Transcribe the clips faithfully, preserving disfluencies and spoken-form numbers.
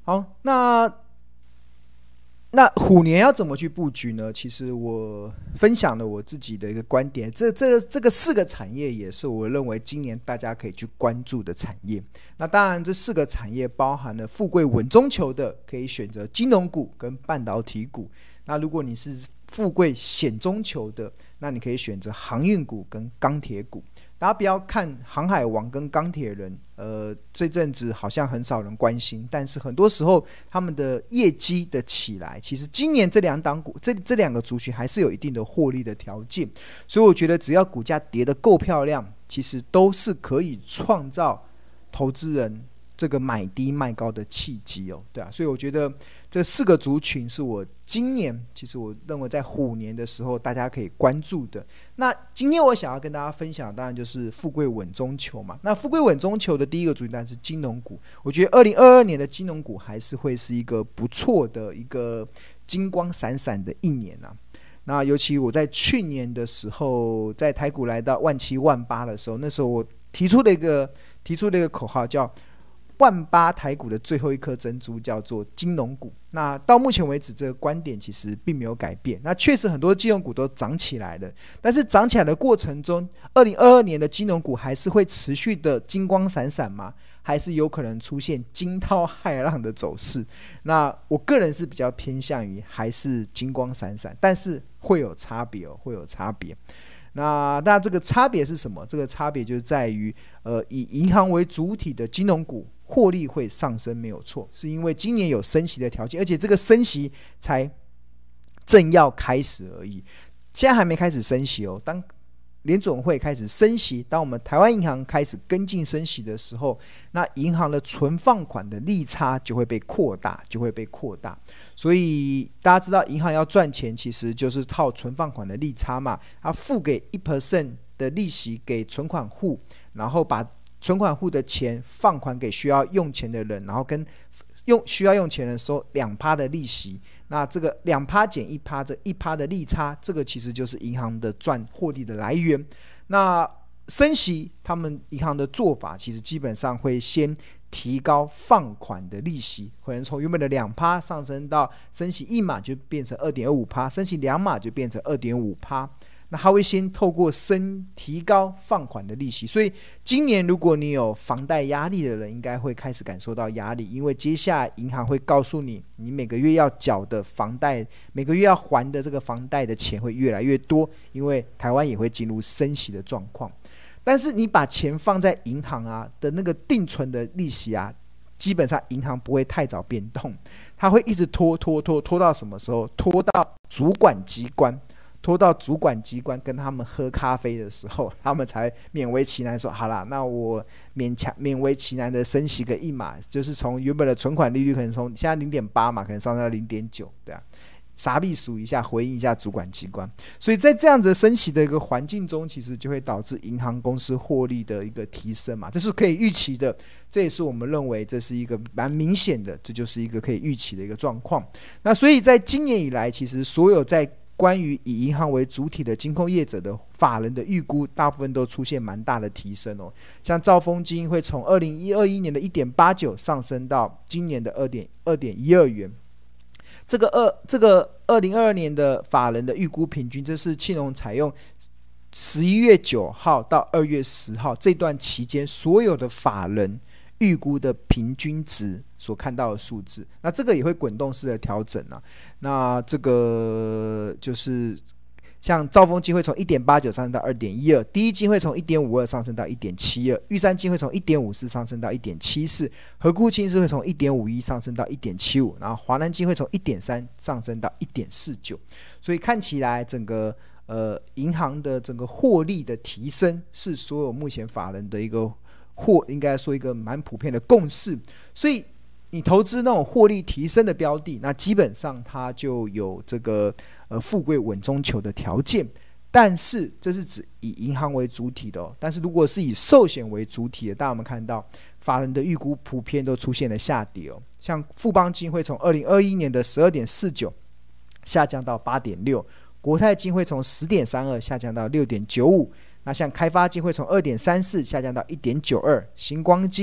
好，那那虎年要怎么去布局呢？其实我分享了我自己的一个观点，这这这个四个产业也是我认为今年大家可以去关注的产业。那当然，这四个产业包含了富贵稳中求的，可以选择金融股跟半导体股。那如果你是富贵险中求的，那你可以选择航运股跟钢铁股。大家不要看航海王跟钢铁人，呃，这阵子好像很少人关心，但是很多时候他们的业绩的起来，其实今年这两档股，这这两个族群还是有一定的获利的条件，所以我觉得只要股价跌得够漂亮，其实都是可以创造投资人这个买低卖高的契机哦，对啊，所以我觉得这四个族群是我今年其实我认为在虎年的时候大家可以关注的。那今天我想要跟大家分享，当然就是富贵稳中求嘛。那富贵稳中求的第一个族群当然是金融股，我觉得二零二二年的金融股还是会是一个不错的一个金光闪闪的一年啊。那尤其我在去年的时候，在台股来到万七万八的时候，那时候我提出了一个提出了一个口号叫万八台股的最后一颗珍珠叫做金融股。那到目前为止这个观点其实并没有改变，那确实很多金融股都涨起来了，但是涨起来的过程中二零二二年的金融股还是会持续的金光闪闪吗？还是有可能出现惊涛骇浪的走势？那我个人是比较偏向于还是金光闪闪，但是会有差别哦，会有差别。那那这个差别是什么？这个差别就是在于，呃，以银行为主体的金融股获利会上升，没有错，是因为今年有升息的条件，而且这个升息才正要开始而已，现在还没开始升息哦。当联准会开始升息，当我们台湾银行开始跟进升息的时候，那银行的存放款的利差就会被扩大，就会被扩大。所以大家知道，银行要赚钱，其实就是靠存放款的利差嘛。它付给 百分之一 的利息给存款户，然后把存款户的钱放款给需要用钱的人，然后跟用需要用钱的人收 百分之二 的利息。那这个 百分之二 减 百分之一， 这 百分之一 的利差，这个其实就是银行的赚获利的来源。那升息他们银行的做法其实基本上会先提高放款的利息，可能从原本的 百分之二 上升到升息一码就变成 百分之二点二五， 升息两码就变成 百分之二点五。那他会先透过升提高放款的利息，所以今年如果你有房贷压力的人，应该会开始感受到压力，因为接下来银行会告诉你，你每个月要缴的房贷，每个月要还的这个房贷的钱会越来越多，因为台湾也会进入升息的状况。但是你把钱放在银行啊的那个定存的利息啊，基本上银行不会太早变动，它会一直拖拖拖拖到什么时候？拖到主管机关。拖到主管机关跟他们喝咖啡的时候，他们才勉为其难说好啦，那我勉强勉为其难的升息个一码，就是从原本的存款利率可能从现在 零点八 嘛，可能上到 零点九， 对啊，傻逼数一下回应一下主管机关。所以在这样子升息的一个环境中，其实就会导致银行公司获利的一个提升嘛，这是可以预期的，这也是我们认为这是一个蛮明显的，这就是一个可以预期的一个状况。那所以在今年以来，其实所有在关于以银行为主体的金控业者的法人的预估，大部分都出现蛮大的提升哦。像兆丰金会从二零二一年的 一点八九 上升到今年的 二点一二 元。这个二这个二零二二年的法人的预估平均，这是庆隆采用十一月九号到二月十号这段期间所有的法人预估的平均值所看到的数字，那这个也会滚动式的调整啊。那这个就是像兆丰金会从 一点八九 上升到 二点一二， 第一金会从 一点五二 上升到 一点七二， 玉山金会从 一点五四 上升到 一点七四， 合固金是会从 一点五一 上升到 一点七五， 然后华南金会从 一点三 上升到 一点四九。 所以看起来整个呃银行的整个获利的提升是所有目前法人的一个或应该说一个蛮普遍的共识，所以你投资那种获利提升的标的，那基本上它就有这个呃富贵稳中求的条件。但是这是指以银行为主体的哦，但是如果是以寿险为主体的，大家有没有看到法人的预估普遍都出现了下跌哦？像富邦金会从二零二一年的 十二点四九 下降到 八点六， 国泰金会从 十点三二 下降到 六点九五，那像开发金会从 二点三四 下降到 一点九二， 星光金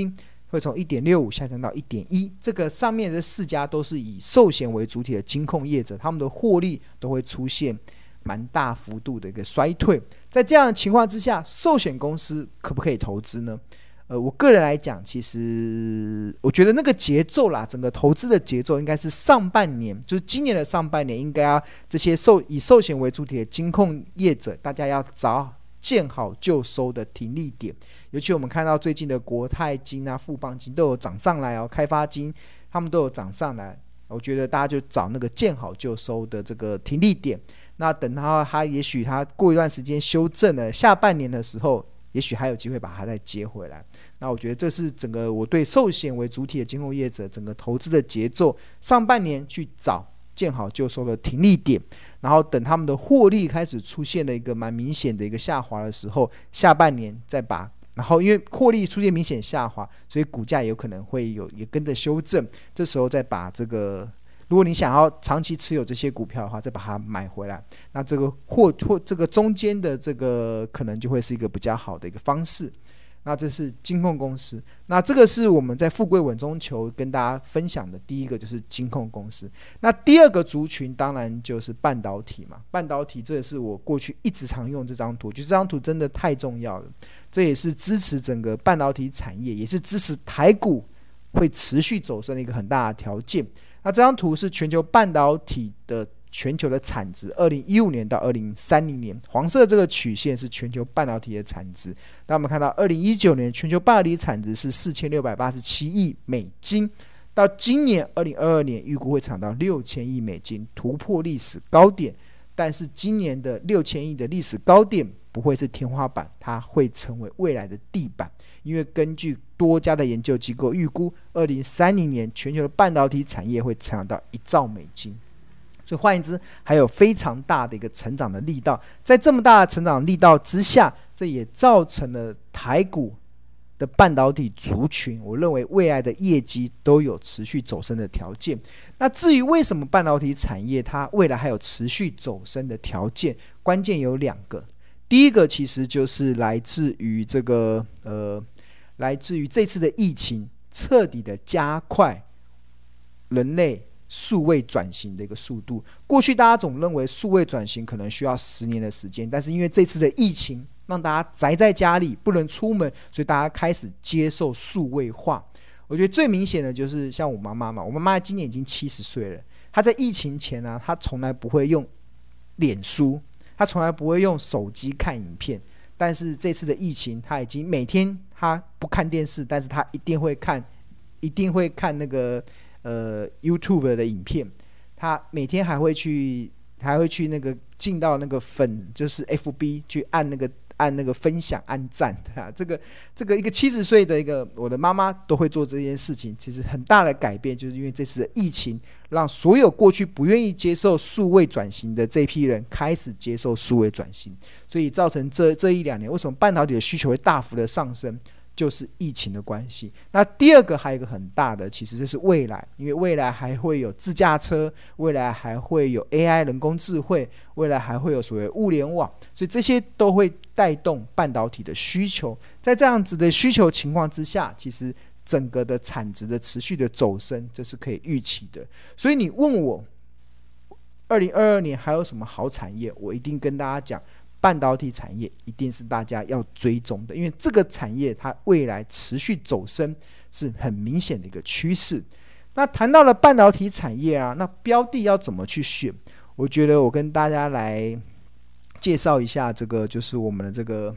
会从 一点六五 下降到 一点一， 这个上面的四家都是以寿险为主体的金控业者，他们的获利都会出现蛮大幅度的一个衰退。在这样的情况之下，寿险公司可不可以投资呢？呃，我个人来讲，其实我觉得那个节奏啦，整个投资的节奏应该是上半年，就是今年的上半年，应该要这些寿以寿险为主体的金控业者，大家要找见好就收的停利点。尤其我们看到最近的国泰金啊、富邦金都有涨上来哦，开发金他们都有涨上来，我觉得大家就找那个见好就收的这个停利点。那等到它也许它过一段时间修正了，下半年的时候，也许还有机会把它再接回来。那我觉得这是整个我对寿险为主体的金控业者整个投资的节奏，上半年去找见好就收的停利点，然后等他们的获利开始出现了一个蛮明显的一个下滑的时候，下半年再把，然后因为获利出现明显下滑，所以股价也有可能会有也跟着修正，这时候再把这个，如果你想要长期持有这些股票的话，再把它买回来，那这个或或这个中间的这个可能就会是一个比较好的一个方式。那这是金控公司，那这个是我们在富贵稳中求跟大家分享的第一个，就是金控公司。那第二个族群当然就是半导体嘛，半导体这也是我过去一直常用这张图，就这张图真的太重要了，这也是支持整个半导体产业，也是支持台股会持续走升的一个很大的条件。那这张图是全球半导体的全球的产值，二零一五年到二零三零年，黄色这个曲线是全球半导体的产值。那我们看到二零一九年全球半导体产值是四千六百八十七亿美金，到今年二零二二年预估会涨到六千亿美金，突破历史高点。但是今年的六千亿的历史高点不会是天花板，它会成为未来的地板，因为根据多家的研究机构预估，二零三零年全球的半导体产业会成长到一兆美金。所以换言之，还有非常大的一个成长的力道。在这么大的成长力道之下，这也造成了台股的半导体族群，我认为未来的业绩都有持续走升的条件。那至于为什么半导体产业它未来还有持续走升的条件，关键有两个。第一个其实就是来自于这个呃，来自于这次的疫情彻底的加快人类数位转型的一个速度。过去大家总认为数位转型可能需要十年的时间，但是因为这次的疫情让大家宅在家里不能出门，所以大家开始接受数位化。我觉得最明显的就是像我妈妈嘛，我妈妈今年已经七十岁了，她在疫情前啊，她从来不会用脸书，她从来不会用手机看影片，但是这次的疫情，她已经每天她不看电视，但是她一定会看，一定会看那个呃 YouTube 的影片，她每天还会去，还会去那个进到那个粉，就是 F B 去按那个。按那个分享按赞，对啊，这个这个一个七十岁的一个我的妈妈都会做这件事情，其实很大的改变就是因为这次的疫情，让所有过去不愿意接受数位转型的这批人开始接受数位转型，所以造成这这一两年为什么半导体的需求会大幅的上升，就是疫情的关系。那第二个还有一个很大的，其实就是未来，因为未来还会有自驾车，未来还会有 A I 人工智慧，未来还会有所谓物联网，所以这些都会带动半导体的需求。在这样子的需求情况之下，其实整个的产值的持续的走升，这是可以预期的。所以你问我二零二二年还有什么好产业，我一定跟大家讲，半导体产业一定是大家要追踪的，因为这个产业它未来持续走升是很明显的一个趋势。那谈到了半导体产业啊，那标的要怎么去选？我觉得我跟大家来介绍一下，这个就是我们的这个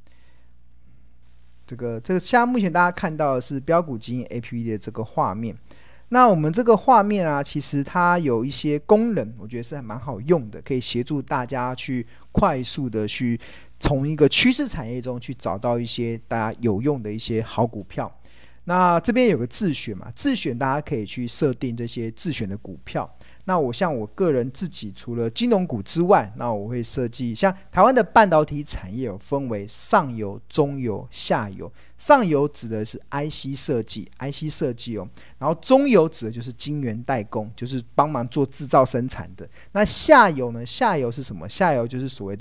这个这个，现在目前大家看到的是标股基金 A P P 的这个画面。那我们这个画面啊，其实它有一些功能，我觉得是还蛮好用的，可以协助大家去快速的去从一个趋势产业中去找到一些大家有用的一些好股票。那这边有个自选嘛，自选大家可以去设定这些自选的股票。那我像我个人自己，除了金融股之外，那我会设计像台湾的半导体产业有分为上游、中游、下游。上游指的是 I C 设计 ，I C 设计哦，然后中游指的就是晶圆代工，就是帮忙做制造生产的。那下游呢？下游是什么？下游就是所谓的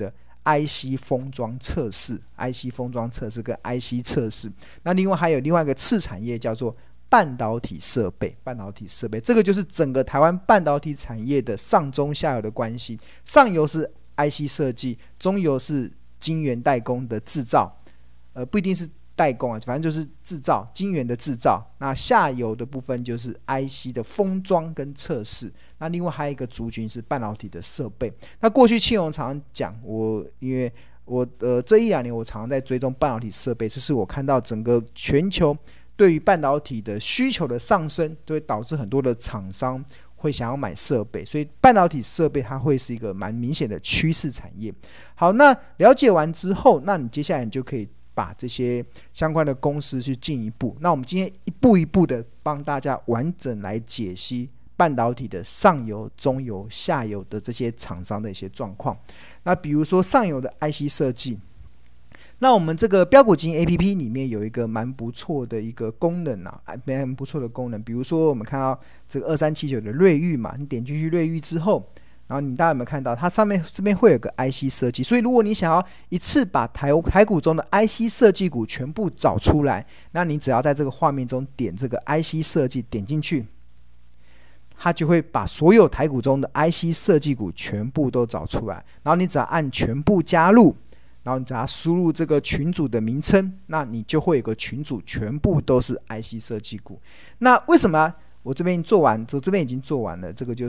I C 封装测试 ，I C 封装测试跟 I C 测试。那另外还有另外一个次产业叫做半导体设备，半导体设备这个就是整个台湾半导体产业的上中下游的关系。上游是 I C 设计，中游是晶圆代工的制造，呃，不一定是代工啊，反正就是制造晶圆的制造。那下游的部分就是 I C 的封装跟测试。那另外还有一个族群是半导体的设备。那过去庆荣常常讲，我因为我呃这一两年我常常在追踪半导体设备，这是我看到整个全球对于半导体的需求的上升，就会导致很多的厂商会想要买设备，所以半导体设备它会是一个蛮明显的趋势产业。好，那了解完之后，那你接下来你就可以把这些相关的公司去进一步。那我们今天一步一步的帮大家完整来解析半导体的上游、中游、下游的这些厂商的一些状况。那比如说上游的 I C 设计，那我们这个标股基金 A P P 里面有一个蛮不错的一个功能啊，蛮不错的功能。比如说我们看到这个二三七九的瑞昱嘛，你点进去瑞昱之后，然后你大家有没有看到它上面这边会有个 I C 设计？所以如果你想要一次把台台股中的 I C 设计股全部找出来，那你只要在这个画面中点这个 I C 设计，点进去，它就会把所有台股中的 I C 设计股全部都找出来。然后你只要按全部加入，然后你只要输入这个群组的名称，那你就会有个群组全部都是 I C 设计股。那为什么我这边做完，我这边已经做完了，这个就是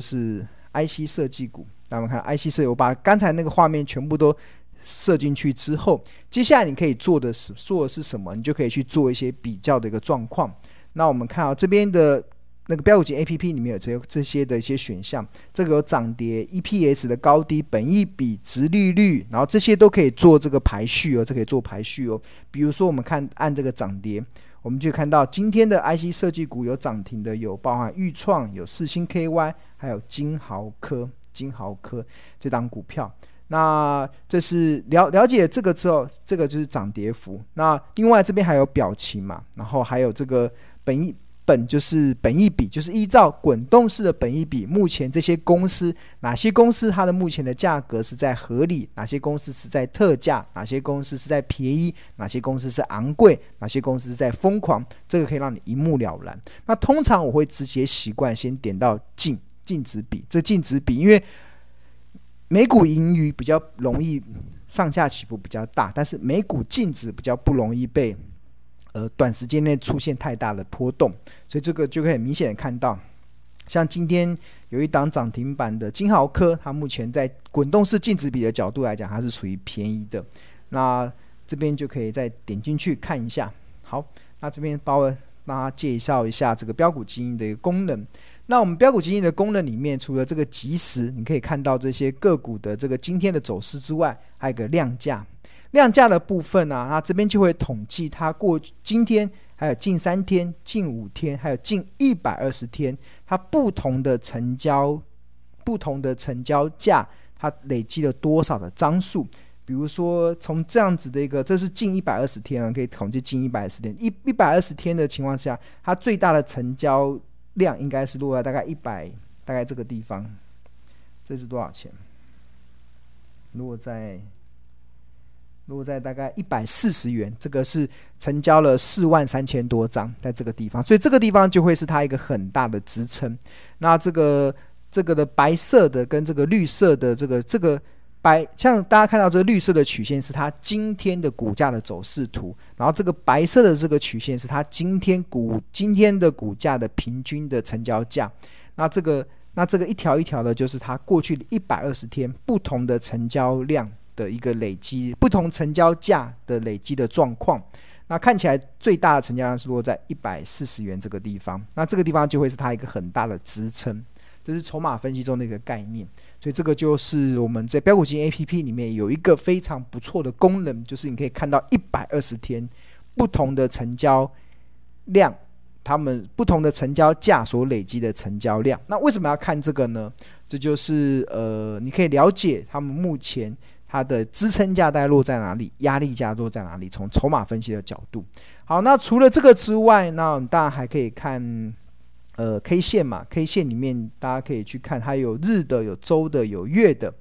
I C 设计股。那我们看 I C 设计，我把刚才那个画面全部都设进去之后，接下来你可以做的是做的是什么？你就可以去做一些比较的一个状况。那我们看到这边的那个标股基 A P P 里面有这这些的一些选项，这个有涨跌、E P S 的高低、本益比、殖利率，然后这些都可以做这个排序哦，这可以做排序哦。比如说我们看按这个涨跌，我们就看到今天的 I C 设计股有涨停的，有包含裕创、有世芯 K Y， 还有金豪科、金豪科这档股票。那这是 了, 了解这个之后，这个就是涨跌幅。那另外这边还有表情嘛，然后还有这个本益。本就是本益比，就是依照滚动式的本益比，目前这些公司哪些公司它的目前的价格是在合理，哪些公司是在特价，哪些公司是在便宜，哪些公司是昂贵，哪些公司是在疯狂，这个可以让你一目了然。那通常我会直接习惯先点到净净值比，这净值比因为美股盈余比较容易上下起伏比较大，但是美股净值比较不容易被呃，短时间内出现太大的波动，所以这个就可以很明显的看到，像今天有一档涨停板的金豪科，它目前在滚动式净值比的角度来讲，它是属于便宜的。那这边就可以再点进去看一下。好，那这边帮我让大家介绍一下这个标股基金的一个功能。那我们标股基金的功能里面，除了这个即时，你可以看到这些个股的这个今天的走势之外，还有一个量价。量价的部分啊，那这边就会统计它过今天、还有近三天、近五天，还有近一百二十天，它不同的成交、不同的成交价，它累积了多少的张数。比如说，从这样子的一个，这是近一百二十天啊，可以统计近一百二十天。一一百二十天的情况下，它最大的成交量应该是落在大概一百，大概这个地方。这是多少钱？落在。落在大概一百四十元，这个是成交了四万三千多张，在这个地方，所以这个地方就会是它一个很大的支撑。那这个这个的白色的跟这个绿色的这个这个白，像大家看到这个绿色的曲线是它今天的股价的走势图，然后这个白色的这个曲线是它今天股今天的股价的平均的成交价。那这个那这个一条一条的，就是它过去一百二十天不同的成交量的一个累积，不同成交价的累积的状况。那看起来最大的成交量是落在一百四十元这个地方，那这个地方就会是它一个很大的支撑，这是筹码分析中的一个概念。所以这个就是我们在标股基金 A P P 里面有一个非常不错的功能，就是你可以看到一百二十天不同的成交量，他们不同的成交价所累积的成交量。那为什么要看这个呢？这就是呃，你可以了解他们目前它的支撑价大概落在哪里，压力价落在哪里，从筹码分析的角度。好，那除了这个之外，那我们当然还可以看呃 K 线嘛 ，K 线里面大家可以去看，它有日的、有周的、有月的。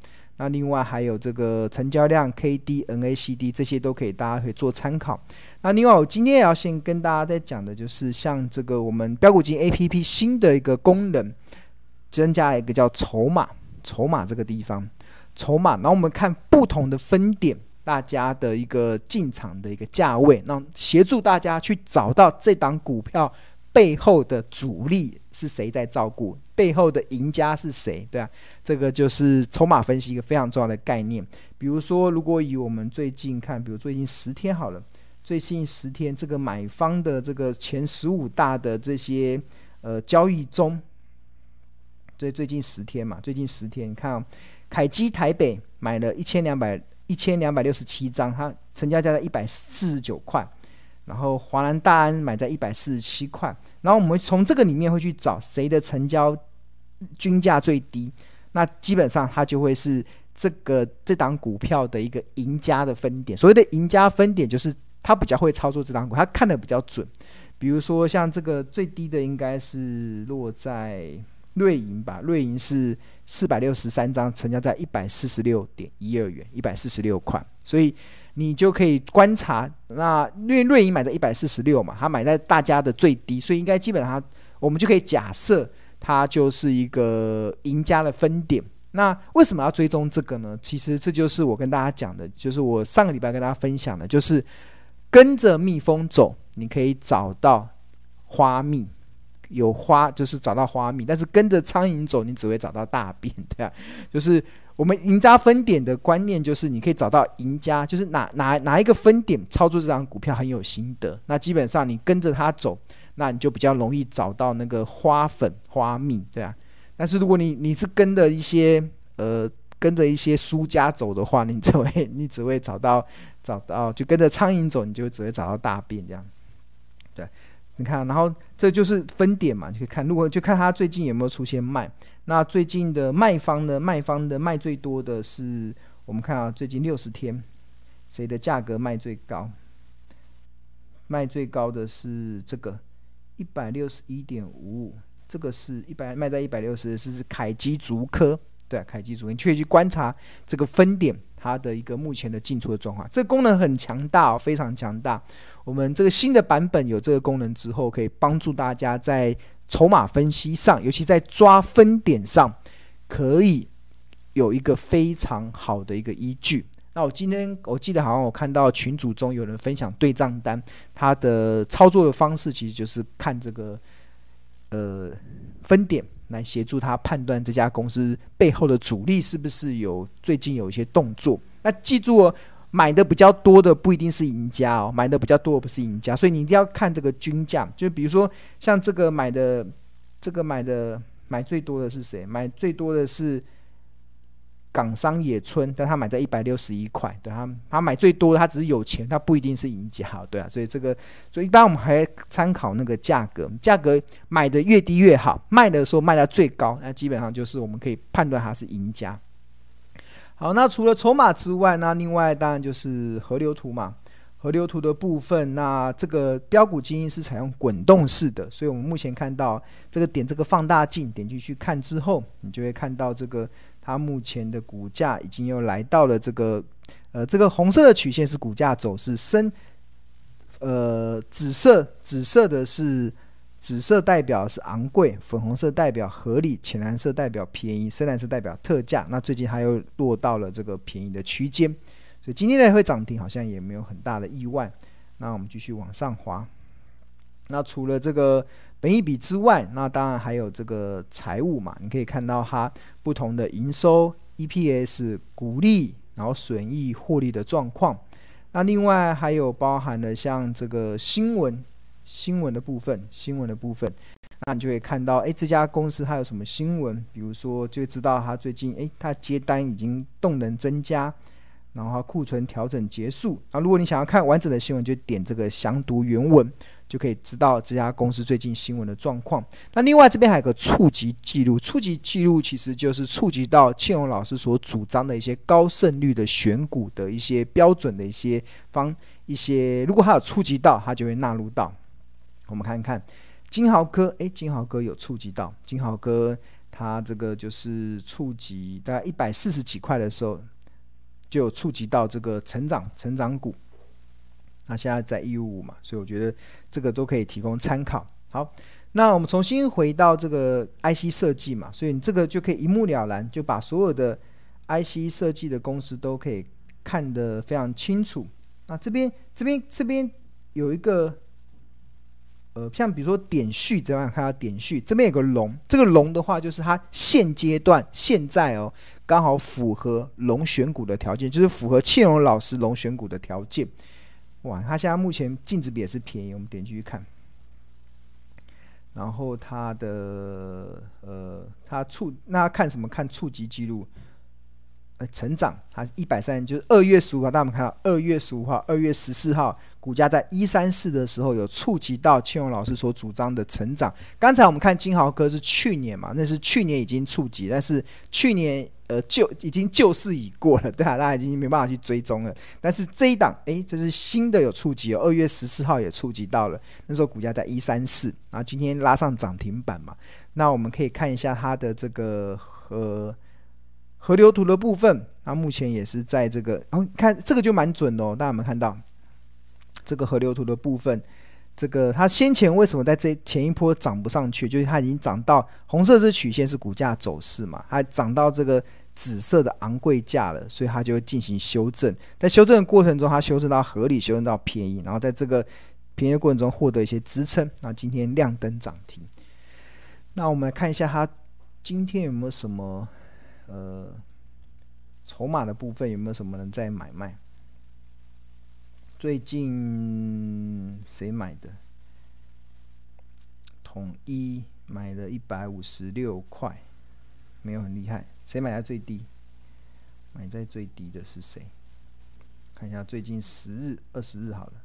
那另外还有这个成交量 K D、N A C D 这些都可以，大家可以做参考。那另外我今天也要先跟大家在讲的就是像这个我们标股金 A P P 新的一个功能，增加了一个叫筹码，筹码这个地方，筹码，然后我们看不同的分点，大家的一个进场的一个价位，那协助大家去找到这档股票背后的主力是谁在照顾，背后的赢家是谁，对啊，这个就是筹码分析一个非常重要的概念。比如说，如果以我们最近看，比如最近十天好了，最近十天这个买方的这个前十五大的这些呃交易中，最最近十天嘛，最近十天，你看哦，凯基台北买了一千两百一千两百六十七张，它成交价在一百四十九块。然后华南大安买在一百四十七块，然后我们从这个里面会去找谁的成交均价最低，那基本上它就会是这个这档股票的一个赢家的分点。所谓的赢家分点就是他比较会操作这档股，他看得比较准。比如说像这个最低的应该是落在瑞银吧，瑞银是四百六十三张，成交在一百四十六点一二元，一百四十六块，所以你就可以观察，那因为瑞银买在一百四十六嘛，它买在大家的最低，所以应该基本上我们就可以假设它就是一个赢家的分点。那为什么要追踪这个呢？其实这就是我跟大家讲的，就是我上个礼拜跟大家分享的，就是跟着蜜蜂走，你可以找到花蜜。有花就是找到花蜜，但是跟着苍蝇走，你只会找到大便，对啊，就是我们赢家分点的观念，就是你可以找到赢家，就是哪哪哪一个分点操作这张股票很有心得，那基本上你跟着它走，那你就比较容易找到那个花粉花蜜，对啊。但是如果你你是跟着一些呃跟着一些输家走的话，你只会你只会找到找到就跟着苍蝇走，你就只会找到大便这样，对。你看，然后这就是分点嘛，你可以看，如果就看它最近有没有出现卖。那最近的卖方呢，卖方的卖最多的是，我们看啊，最近六十天，谁的价格卖最高？卖最高的是这个一百六十一点五五，这个是一百卖在一百六十，是凯基竹科，对、啊，凯基竹科，你可以去观察这个分点。它的一个目前的进出的状况，这个功能很强大、哦，非常强大。我们这个新的版本有这个功能之后，可以帮助大家在筹码分析上，尤其在抓分点上，可以有一个非常好的一个依据。那我今天我记得好像我看到群组中有人分享对账单，它的操作的方式其实就是看这个呃分点。来协助他判断这家公司背后的主力是不是有最近有一些动作。那记住哦，买的比较多的不一定是赢家哦，买的比较多的不是赢家，所以你一定要看这个均价。就比如说像这个买的，这个买的买最多的是谁？买最多的是港商野村，但他买在一百六十一块，对，他他买最多的，他只是有钱，他不一定是赢家，对啊，所以这个，所以一般我们还参考那个价格，价格买的越低越好，卖的时候卖到最高，那基本上就是我们可以判断他是赢家。好，那除了筹码之外，那另外当然就是河流图嘛，河流图的部分，那这个标股基因是采用滚动式的，所以我们目前看到这个点这个放大镜点进去看之后，你就会看到这个。它目前的股价已经又来到了这个，呃，这个红色的曲线是股价走势，深，呃，紫色紫色的是紫色代表是昂贵，粉红色代表合理，浅蓝色代表便宜，深蓝色代表特价。那最近它又落到了这个便宜的区间，所以今天呢会涨停，好像也没有很大的意外。那我们继续往上滑。那除了这个本益比之外，那当然还有这个财务嘛，你可以看到它不同的营收、E P S、股利，然后损益、获利的状况。那另外还有包含了像这个新闻、新闻的部分、新闻的部分，那你就会看到，哎，这家公司它有什么新闻？比如说，就会知道它最近，哎，它接单已经动能增加。然后它库存调整结束。那如果你想要看完整的新闻，就点这个详读原文，就可以知道这家公司最近新闻的状况。那另外这边还有个触及记录，触及记录其实就是触及到庆荣老师所主张的一些高胜率的选股的一些标准的一些方一些，如果它有触及到，它就会纳入到。我们看看金豪科，哎，金豪科有触及到，金豪科它这个就是触及大概一百四十几块的时候，就有触及到这个成长成长股。那现在在一五五嘛，所以我觉得这个都可以提供参考。好，那我们重新回到这个 I C 设计嘛，所以你这个就可以一目了然，就把所有的 I C 设计的公司都可以看得非常清楚。那这边这边这边有一个。呃，像比如说点序，这样看到点序，这边有个龙，这个龙的话就是它现阶段现在哦，刚好符合龙选股的条件，就是符合庆荣老师龙选股的条件。哇，它现在目前净值比也是便宜，我们点进去看，然后它的呃，它触那看什么？看触及记录。呃，成长，它一百三十，就是二月十五号，大家有没有看到？二月十五号、二月十四号，股价在一三四的时候有触及到庆荣老师所主张的成长。刚才我们看金豪科是去年嘛，那是去年已经触及，但是去年呃旧已经旧事已过了，对啊，大家已经没办法去追踪了。但是这一档，哎，这是新的有触及哦，二月十四号也触及到了，那时候股价在一三四，然后今天拉上涨停板嘛。那我们可以看一下它的这个呃。河流图的部分，它目前也是在这个，哦，看这个就蛮准的哦，大家有没有看到这个河流图的部分？这个它先前为什么在这前一波涨不上去？就是它已经涨到红色这曲线是股价走势嘛，它涨到这个紫色的昂贵价了，所以它就会进行修正。在修正的过程中，它修正到合理，修正到便宜，然后在这个便宜的过程中获得一些支撑。那今天亮灯涨停。那我们来看一下它今天有没有什么？呃，筹码的部分有没有什么人在买卖？最近谁买的？统一买了一百五十六块，没有很厉害。谁买在最低？买在最低的是谁？看一下最近十日、二十日好了，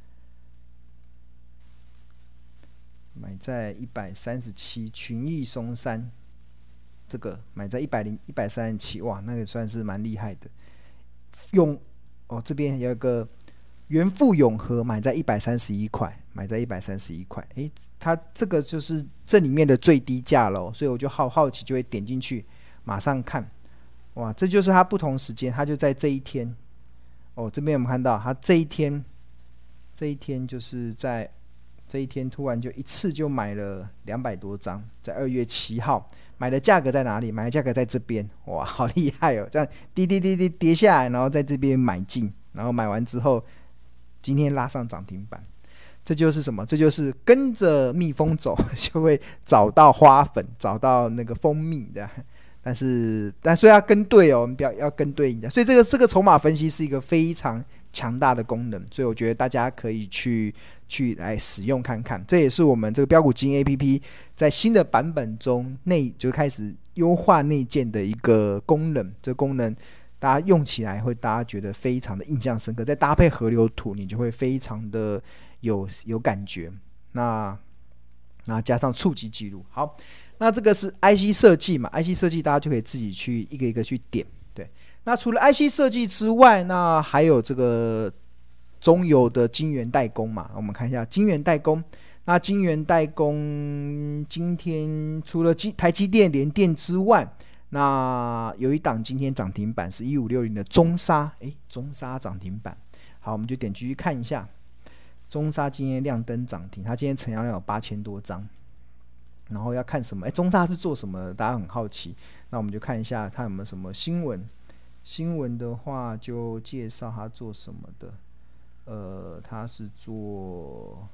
买在一百三十七，群益松山。这个买在一百零一百三十七，哇，那个算是蛮厉害的。永哦，这边有一个元富永和买在一百三十一块，买在一百三十一块，诶，它这个就是这里面的最低价喽，所以我就好好奇，就会点进去，马上看，哇，这就是它不同时间，它就在这一天，哦，这边我们看到它这一天，这一天就是在这一天突然就一次就买了两百多张，在二月七号。买的价格在哪里？买的价格在这边，哇，好厉害哦！这样滴滴滴滴跌下来，然后在这边买进，然后买完之后，今天拉上涨停板，这就是什么？这就是跟着蜜蜂走，就会找到花粉，找到那个蜂蜜的。但是，但所以要跟对哦，我们不要要跟对一下。所以这个这个筹码分析是一个非常强大的功能，所以我觉得大家可以去去来使用看看。这也是我们这个标股基因 A P P 在新的版本中内就开始优化内建的一个功能。这个功能大家用起来会大家觉得非常的印象深刻，再搭配河流图，你就会非常的有有感觉。那那加上触及记录，好。那这个是 I C 设计嘛 ？I C 设计大家就可以自己去一个一个去点。对，那除了 I C 设计之外，那还有这个中游的晶圆代工嘛？我们看一下晶圆代工。那晶圆代工今天除了台积电、联电之外，那有一档今天涨停板是一五六零的中砂，诶，中砂涨停板。好，我们就点进去看一下，中砂今天亮灯涨停，它今天成交量有八千多张。然后要看什么？哎，中砂是做什么的？大家很好奇。那我们就看一下它有没有什么新闻。新闻的话，就介绍它做什么的。呃，它是做，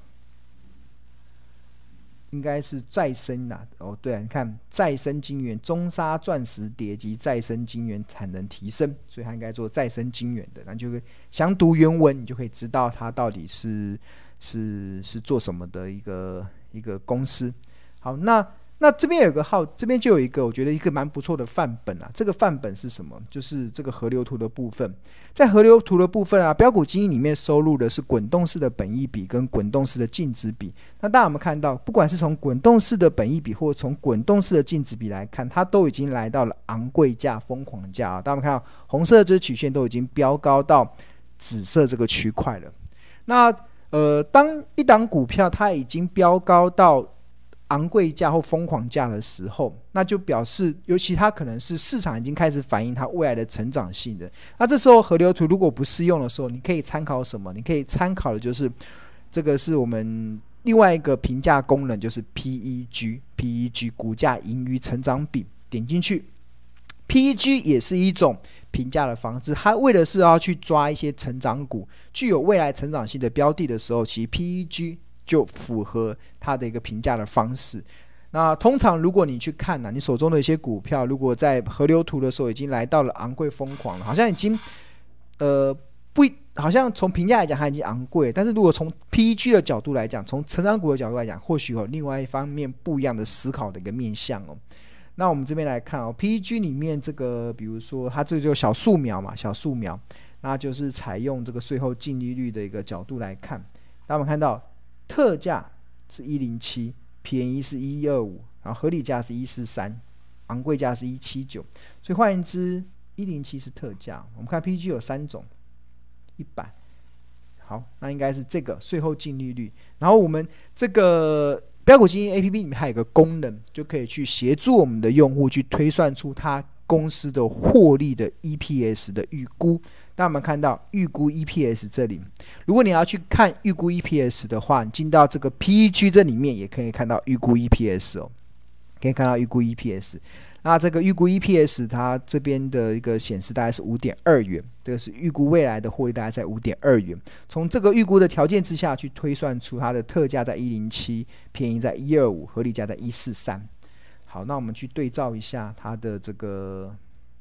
应该是再生啦。哦，对啊，你看再生晶圆，中砂钻石碟及再生晶圆产能提升，所以它应该做再生晶圆的。那就详读原文，你就可以知道它到底是是是做什么的一个一个公司。好，那那这边有个号，这边就有一个我觉得一个蛮不错的范本啊。这个范本是什么？就是这个河流图的部分。在河流图的部分啊，标股基因里面收录的是滚动式的本益比跟滚动式的净值比。那大家有没有看到，不管是从滚动式的本益比或从滚动式的净值比来看，它都已经来到了昂贵价、疯狂价啊。大家有没有看到红色的这曲线都已经飙高到紫色这个区块了？那呃，当一档股票它已经飙高到昂贵价或疯狂价的时候，那就表示尤其它可能是市场已经开始反映它未来的成长性的。那这时候河流图如果不适用的时候，你可以参考什么？你可以参考的就是这个是我们另外一个评价功能，就是 P E G P E G 股价盈余成长比。点进去 P E G 也是一种评价的方式，它为的是要去抓一些成长股具有未来成长性的标的的时候，其实 P E G 就符合它的一个评价的方式。那通常如果你去看、啊、你手中的一些股票，如果在河流图的时候已经来到了昂贵疯狂了，好像已经呃不好像从评价来讲它已经昂贵，但是如果从 P E G 的角度来讲，从成长股的角度来讲，或许有另外一方面不一样的思考的一个面向哦。那我们这边来看哦 ，P E G 里面这个，比如说它这个就小树苗嘛，小树苗，那就是采用这个税后净利率的一个角度来看，那我们看到特价是一零七，便宜是一二五，然后合理价是一四三，昂贵价是一七九，所以换言之，一零七是特价。我们看 P E G 有三种，一百，好，那应该是这个税后净利率。然后我们这个标股基金 A P P 里面还有一个功能，就可以去协助我们的用户去推算出它公司的获利的 E P S 的预估。那我们看到预估 E P S 这里，如果你要去看预估 E P S 的话，你进到这个 P E G 这里面也可以看到预估 E P S 哦，可以看到预估 E P S。那这个预估 E P S 它这边的一个显示大概是 五点二元，这个是预估未来的获利大概在 五点二元。从这个预估的条件之下去推算出它的特价在一零七，便宜在一二五，合理价在一四三。好，那我们去对照一下它的这个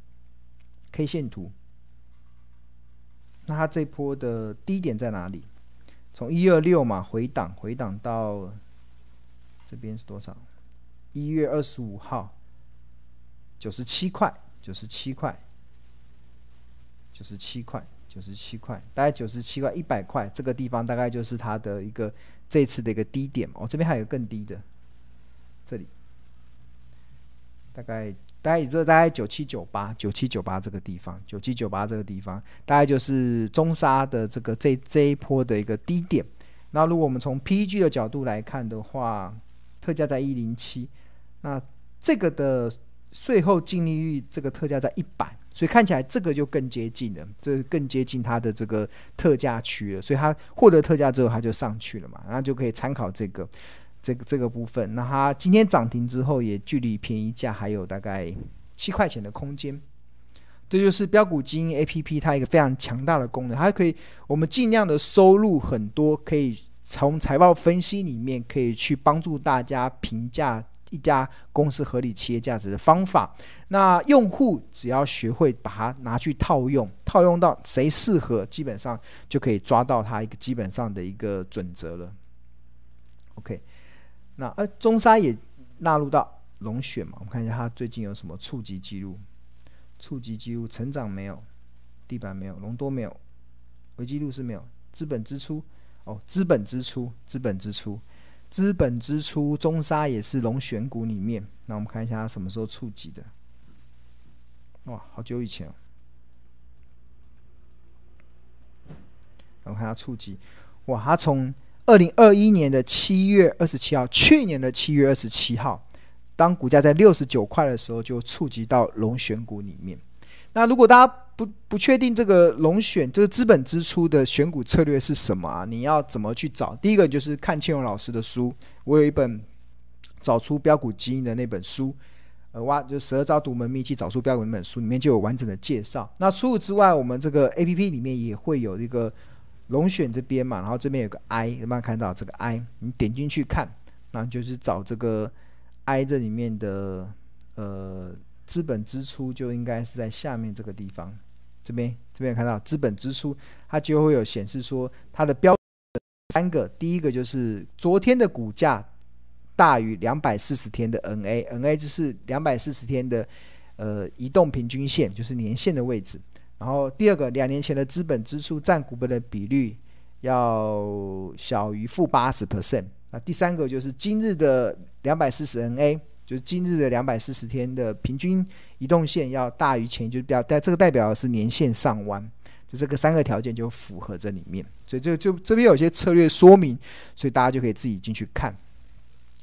K 线图。那它这波的低点在哪里？从一二六嘛回档，回档到这边是多少？一月二十五号九十七块，九十七块，九十七块，九十七块，大概九十七块，一百块，这个地方大概就是它的一个这次的一个低点哦。这边还有更低的，这里大概大概也就大概九七九八，九七九八这个地方，九七九八这个地方，大概就是中沙的这个这这一波的一个低点。那如果我们从 P E G 的角度来看的话，特价在一零七，那这个的税后净利率这个特价在一百，所以看起来这个就更接近了，这更接近它的这个特价区了，所以它获得特价之后它就上去了嘛，那就可以参考这个这个这个部分。那它今天涨停之后也距离便宜价还有大概七块钱的空间。这就是标股基因 A P P 它一个非常强大的功能，它可以我们尽量的收录很多可以从财报分析里面可以去帮助大家评价一家公司合理企业价值的方法。那用户只要学会把它拿去套用，套用到谁适合，基本上就可以抓到它一个基本上的一个准则了。OK， 那呃中沙也纳入到龙选嘛，我们看一下它最近有什么触及记录，触及记录成长没有，地板没有，隆多没有，危机录是没有，资本支出哦，资本支出，资本支出。资本支出，中沙也是龙选股里面。那我们看一下它什么时候触及的。哇，好久以前哦。我们看它触及，哇，它从二零二一年的七月二十七号，去年的七月二十七号，当股价在六十九块的时候，就触及到龙选股里面。那如果大家不不确定这个龙选这个资本支出的选股策略是什么啊？你要怎么去找？第一个就是看千勇老师的书，我有一本找出标股基因的那本书，呃，哇，就十二招独门秘籍找出标股那本书里面就有完整的介绍。那除此之外，我们这个 A P P 里面也会有一个龙选这边嘛，然后这边有个 I， 有没有看到这个 I？ 你点进去看，那就是找这个 I 这里面的呃。资本支出就应该是在下面这个地方，这边这边看到资本支出，它就会有显示说它的标准三个，第一个就是昨天的股价大于两百四十天的 N A，N A 就是两百四十天的呃移动平均线，就是年线的位置。然后第二个，两年前的资本支出占股本的比率要小于负 百分之八十。那第三个就是今日的两百四十 N A。就是今日的两百四十天的平均移动线要大于前，就是表这个代表的是年线上弯，就这个三个条件就符合这里面，所以就就这边有些策略说明，所以大家就可以自己进去看。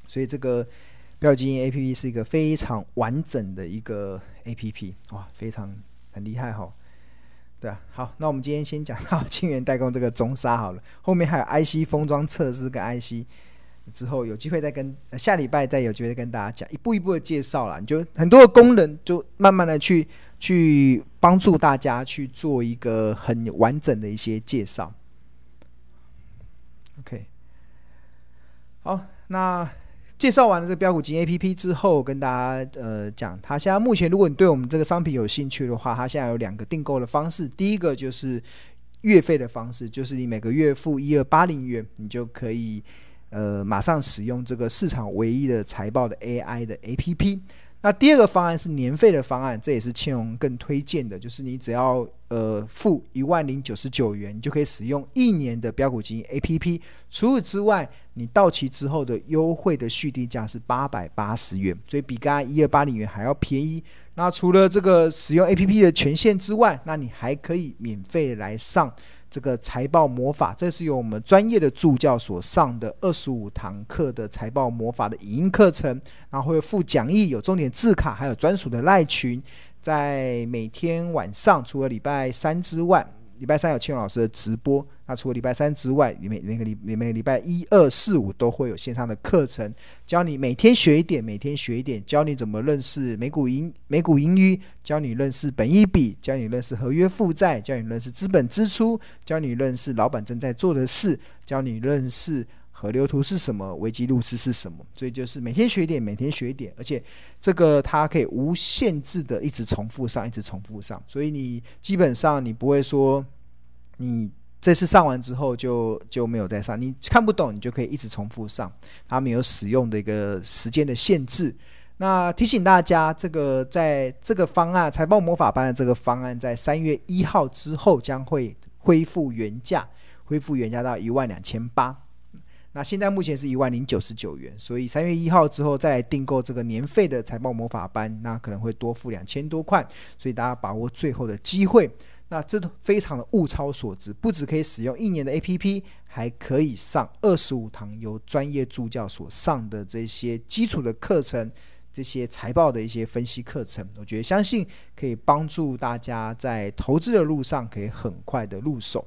所以这个标股基金 A P P 是一个非常完整的一个 A P P， 哇，非常很厉害齁。对啊，好，那我们今天先讲到清源代工这个中砂好了，后面还有 I C 封装测试跟 I C， 之后有机会再跟下礼拜再有机会跟大家讲，一步一步的介绍啦，你就很多的功能就慢慢的去去帮助大家去做一个很完整的一些介绍。OK， 好，那介绍完了这个标股基金 A P P 之后，跟大家呃讲，它现在目前如果你对我们这个商品有兴趣的话，它现在有两个订购的方式。第一个就是月费的方式，就是你每个月付一二八零元，你就可以呃马上使用这个市场唯一的财报的 A I 的 A P P。那第二个方案是年费的方案，这也是千荣更推荐的，就是你只要呃付一万零九十九元，你就可以使用一年的标股基金 A P P。除此之外，你到期之后的优惠的续订价是八百八十元，所以比刚才一二八零元还要便宜。那除了这个使用 A P P 的权限之外，那你还可以免费来上这个财报魔法，这是由我们专业的助教所上的二十五堂课的财报魔法的影音课程，然后会有附讲义，有重点字卡，还有专属的赖群。在每天晚上，除了礼拜三之外，礼拜三有庆荣老师的直播，那除了礼拜三之外，每每个礼每个礼拜一二四五都会有线上的课程，教你每天学一点，每天学一点，教你怎么认识美股盈美股盈余，教你认识本益比，教你认识合约负债，教你认识资本支出，教你认识老板正在做的事，教你认识河流图是什么，危机入市是什么。所以就是每天学一点，每天学一点，而且这个它可以无限制的一直重复上，一直重复上，所以你基本上你不会说你这次上完之后就就没有再上，你看不懂你就可以一直重复上，它没有使用的一个时间的限制。那提醒大家，这个在这个方案财报魔法班的这个方案，在三月一号之后将会恢复原价，恢复原价到一万两千八。那现在目前是一万零九十九元，所以三月一号之后再来订购这个年费的财报魔法班，那可能会多付两千多块，所以大家把握最后的机会。那这都非常的物超所值，不只可以使用一年的 A P P， 还可以上二十五堂由专业助教所上的这些基础的课程，这些财报的一些分析课程，我觉得相信可以帮助大家在投资的路上可以很快的入手。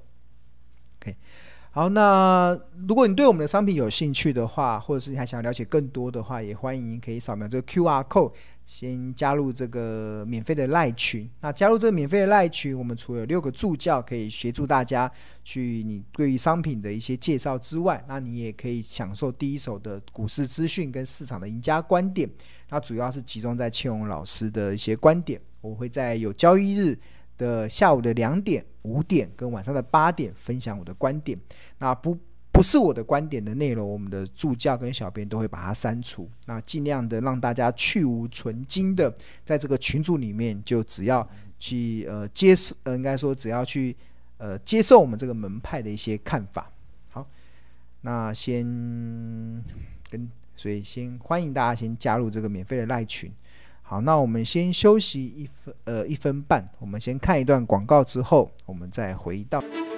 OK， 好，那如果你对我们的商品有兴趣的话，或者是你还想了解更多的话，也欢迎可以扫描这个 Q R code， 先加入这个免费的赖群。那加入这个免费的赖群，我们除了有六个助教可以协助大家去你对于商品的一些介绍之外，那你也可以享受第一手的股市资讯跟市场的赢家观点。那主要是集中在庆荣老师的一些观点，我会在有交易日的下午的两点、五点跟晚上的八点分享我的观点。那不不是我的观点的内容，我们的助教跟小编都会把它删除。那尽量的让大家去无存菁的，在这个群组里面，就只要去呃接受，呃应该说只要去呃接受我们这个门派的一些看法。好，那先跟所以先欢迎大家先加入这个免费的赖群。好，那我们先休息一分呃一分半，我们先看一段广告之后，我们再回到。